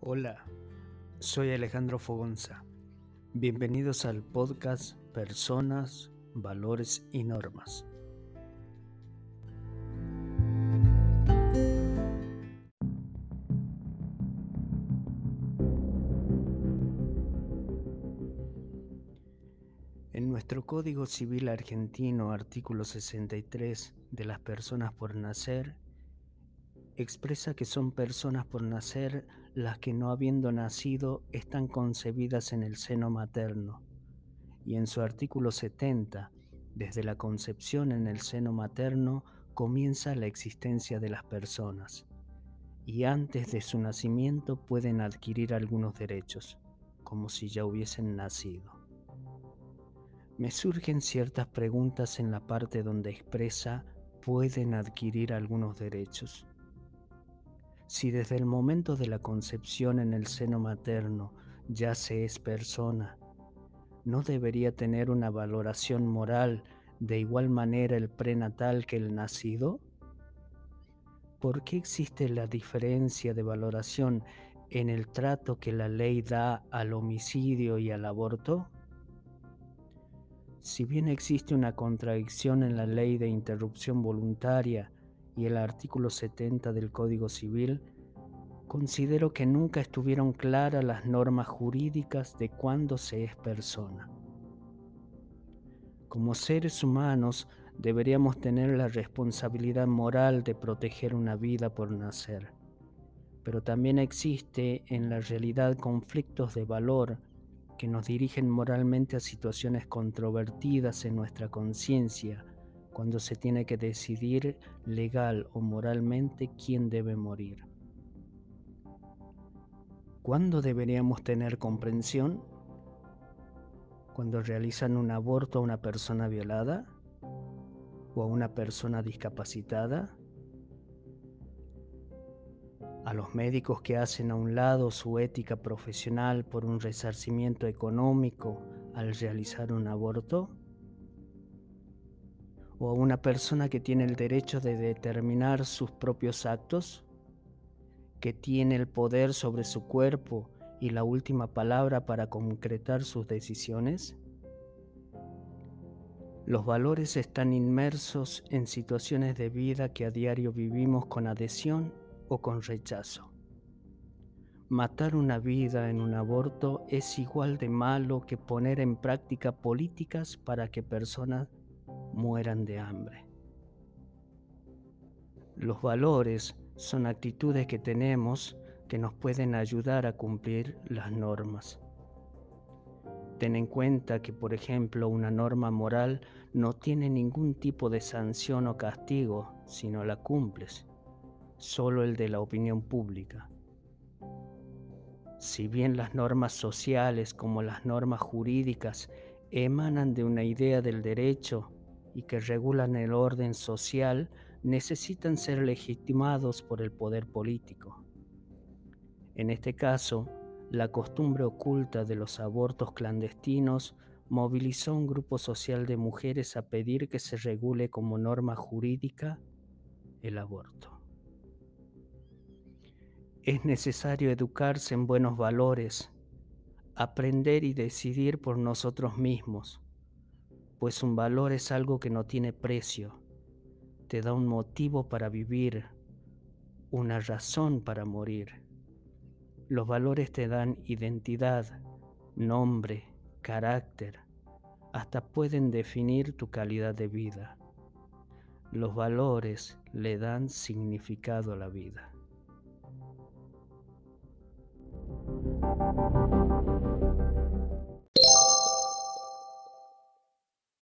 Hola, soy Alejandro Fogonza. Bienvenidos al podcast Personas, Valores y Normas. En nuestro Código Civil argentino, artículo 63 de las personas por nacer, expresa que son personas por nacer las que no habiendo nacido están concebidas en el seno materno. Y en su artículo 70, desde la concepción en el seno materno comienza la existencia de las personas, y antes de su nacimiento pueden adquirir algunos derechos, como si ya hubiesen nacido. Me surgen ciertas preguntas en la parte donde expresa pueden adquirir algunos derechos. Si desde el momento de la concepción en el seno materno ya se es persona, ¿no debería tener una valoración moral de igual manera el prenatal que el nacido? ¿Por qué existe la diferencia de valoración en el trato que la ley da al homicidio y al aborto? Si bien existe una contradicción en la ley de interrupción voluntaria y el artículo 70 del Código Civil, considero que nunca estuvieron claras las normas jurídicas de cuándo se es persona. Como seres humanos, deberíamos tener la responsabilidad moral de proteger una vida por nacer. Pero también existe en la realidad conflictos de valor que nos dirigen moralmente a situaciones controvertidas en nuestra conciencia cuando se tiene que decidir legal o moralmente quién debe morir. ¿Cuándo deberíamos tener comprensión? ¿Cuando realizan un aborto a una persona violada? ¿O a una persona discapacitada? ¿A los médicos que hacen a un lado su ética profesional por un resarcimiento económico al realizar un aborto? ¿O a una persona que tiene el derecho de determinar sus propios actos? ¿Que tiene el poder sobre su cuerpo y la última palabra para concretar sus decisiones? Los valores están inmersos en situaciones de vida que a diario vivimos con adhesión o con rechazo. Matar una vida en un aborto es igual de malo que poner en práctica políticas para que personas mueran de hambre. Los valores son actitudes que tenemos que nos pueden ayudar a cumplir las normas. Ten en cuenta que, por ejemplo, una norma moral no tiene ningún tipo de sanción o castigo si no la cumples, solo el de la opinión pública. Si bien las normas sociales como las normas jurídicas emanan de una idea del derecho y que regulan el orden social, necesitan ser legitimados por el poder político. En este caso, la costumbre oculta de los abortos clandestinos movilizó a un grupo social de mujeres a pedir que se regule como norma jurídica el aborto. Es necesario educarse en buenos valores, aprender y decidir por nosotros mismos, pues un valor es algo que no tiene precio, te da un motivo para vivir, una razón para morir. Los valores te dan identidad, nombre, carácter, hasta pueden definir tu calidad de vida. Los valores le dan significado a la vida.